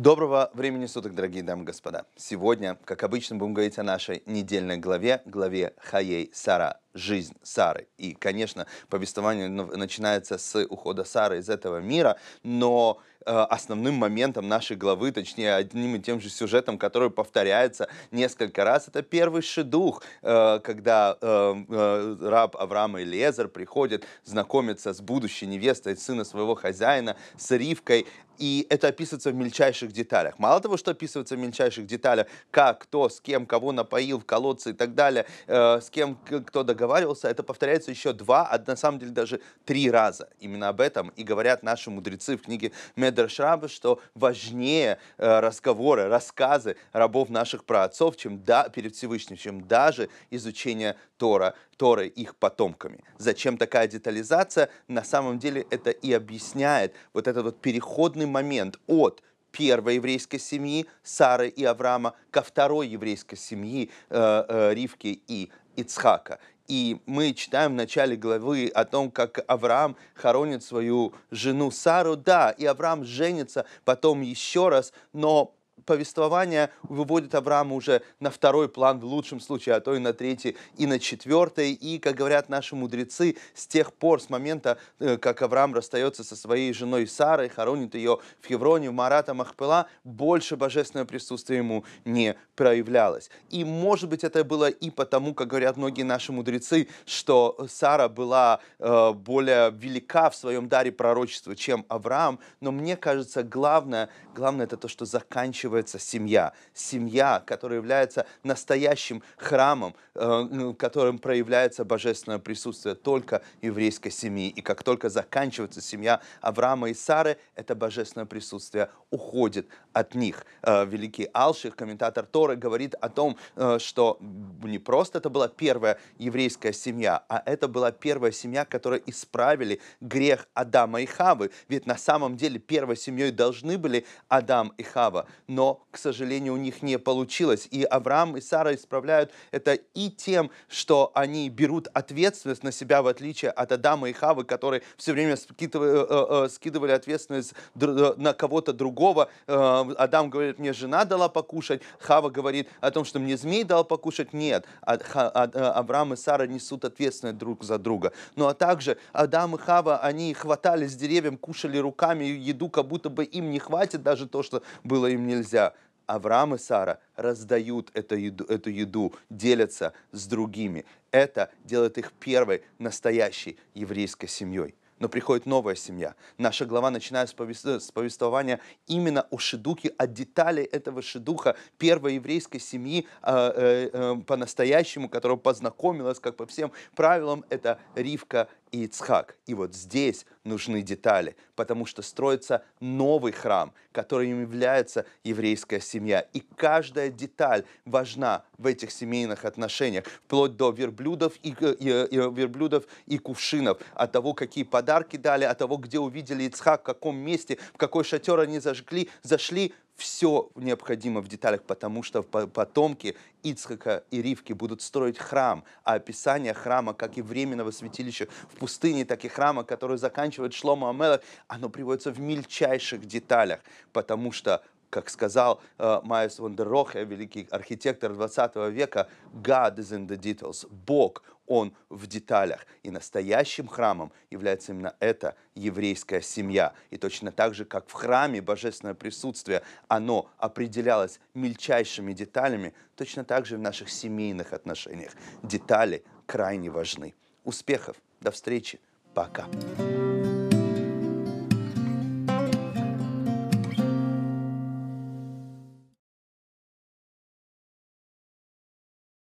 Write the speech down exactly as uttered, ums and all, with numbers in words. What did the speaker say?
Доброго времени суток, дорогие дамы и господа. Сегодня, как обычно, будем говорить о нашей недельной главе, главе Хаей Сара, жизнь Сары. И, конечно, повествование начинается с ухода Сары из этого мира, но э, основным моментом нашей главы, точнее, одним и тем же сюжетом, который повторяется несколько раз, это первый шидух, э, когда э, э, раб Авраама Элиэзер приходит знакомиться с будущей невестой сына своего хозяина, с Ривкой. И это описывается в мельчайших деталях. Мало того, что описывается в мельчайших деталях, как, кто, с кем, кого напоил в колодце и так далее, э, с кем кто договаривался, это повторяется еще два, а на самом деле даже три раза. Именно об этом и говорят наши мудрецы в книге Медраш Раба, что важнее э, разговоры, рассказы рабов наших праотцов, чем да, перед Всевышним, чем даже изучение Тора, Торы их потомками. Зачем такая детализация? На самом деле это и объясняет вот этот вот переходный момент от первой еврейской семьи Сары и Авраама ко второй еврейской семьи э, э, Ривки и Ицхака. И мы читаем в начале главы о том, как Авраам хоронит свою жену Сару. Да, и Авраам женится потом еще раз, но повествование выводит Авраама уже на второй план, в лучшем случае, а то и на третий, и на четвертый. И, как говорят наши мудрецы, с тех пор, с момента, как Авраам расстается со своей женой Сарой, хоронит ее в Хевроне, в Марата Махпела, больше божественное присутствие ему не проявлялось. И, может быть, это было и потому, как говорят многие наши мудрецы, что Сара была э, более велика в своем даре пророчества, чем Авраам. Но мне кажется, главное, главное это то, что заканчивается семья. Семья, которая является настоящим храмом, э, которым проявляется божественное присутствие только еврейской семьи. И как только заканчивается семья Авраама и Сары, это божественное присутствие уходит от них. Э, великий Алших, комментатор Торы, говорит о том, э, что не просто это была первая еврейская семья, а это была первая семья, которая исправили грех Адама и Хавы. Ведь на самом деле первой семьей должны были Адам и Хава, но, к сожалению, у них не получилось. И Авраам и Сара исправляют это и тем, что они берут ответственность на себя, в отличие от Адама и Хавы, которые все время скидывали, э, э, скидывали ответственность на кого-то другого. Э, Адам говорит, мне жена дала покушать, Хава говорит о том, что мне змей дал покушать. Нет, Авраам и Сара несут ответственность друг за друга. Ну а также Адам и Хава, они хватали с деревьев, кушали руками еду, как будто бы им не хватит даже то, что было им нельзя. Авраам и Сара раздают эту еду, эту еду, делятся с другими. Это делает их первой настоящей еврейской семьей. Но приходит новая семья. Наша глава начинается с повествования именно о шидухе, о детали этого шидуха первой еврейской семьи э, э, по-настоящему, которая познакомилась, как по всем правилам, это Ривка и Ицхак. И вот здесь нужны детали, потому что строится новый храм, которым является еврейская семья. И каждая деталь важна в этих семейных отношениях, вплоть до верблюдов и, и, и, верблюдов и кувшинов, от того, какие подарки дали, от того, где увидели Ицхак, в каком месте, в какой шатер они зажгли, зашли. Все необходимо в деталях, потому что потомки Ицхака и Ривки будут строить храм. А описание храма, как и временного святилища в пустыне, так и храма, который заканчивает Шломо ха-Мелех, оно приводится в мельчайших деталях, потому что, как сказал э, Майерс фон дер Рохе, великий архитектор двадцатого века, God is in the details. Бог, Он в деталях. И настоящим храмом является именно эта еврейская семья. И точно так же, как в храме божественное присутствие, оно определялось мельчайшими деталями, точно так же в наших семейных отношениях. Детали крайне важны. Успехов! До встречи! Пока!